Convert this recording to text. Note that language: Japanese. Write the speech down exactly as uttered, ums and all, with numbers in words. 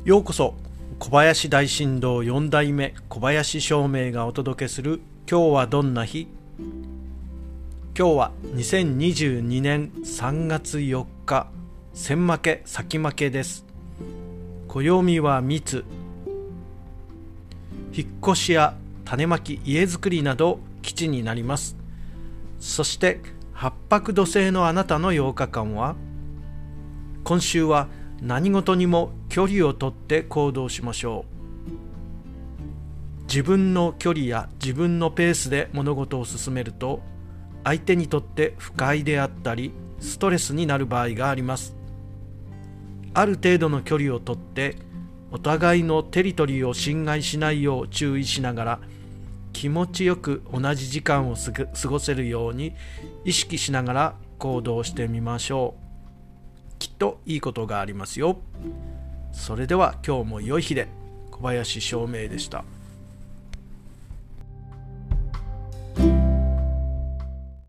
ようこそ。小林大震動よん代目小林照明がお届けする今日はどんな日。今日はにせんにじゅうにねんさんがつよっか、先負け先負けです。暦は密。引っ越しや種まき、家づくりなど基地になります。そして八白土星のあなたのようかかんは、今週は何事にも距離をとって行動しましょう。自分の距離や自分のペースで物事を進めると、相手にとって不快であったりストレスになる場合があります。ある程度の距離をとってお互いのテリトリーを侵害しないよう注意しながら、気持ちよく同じ時間を過ごせるように意識しながら行動してみましょう。きっといいことがありますよ。それでは今日も良い日で。小林照明でした。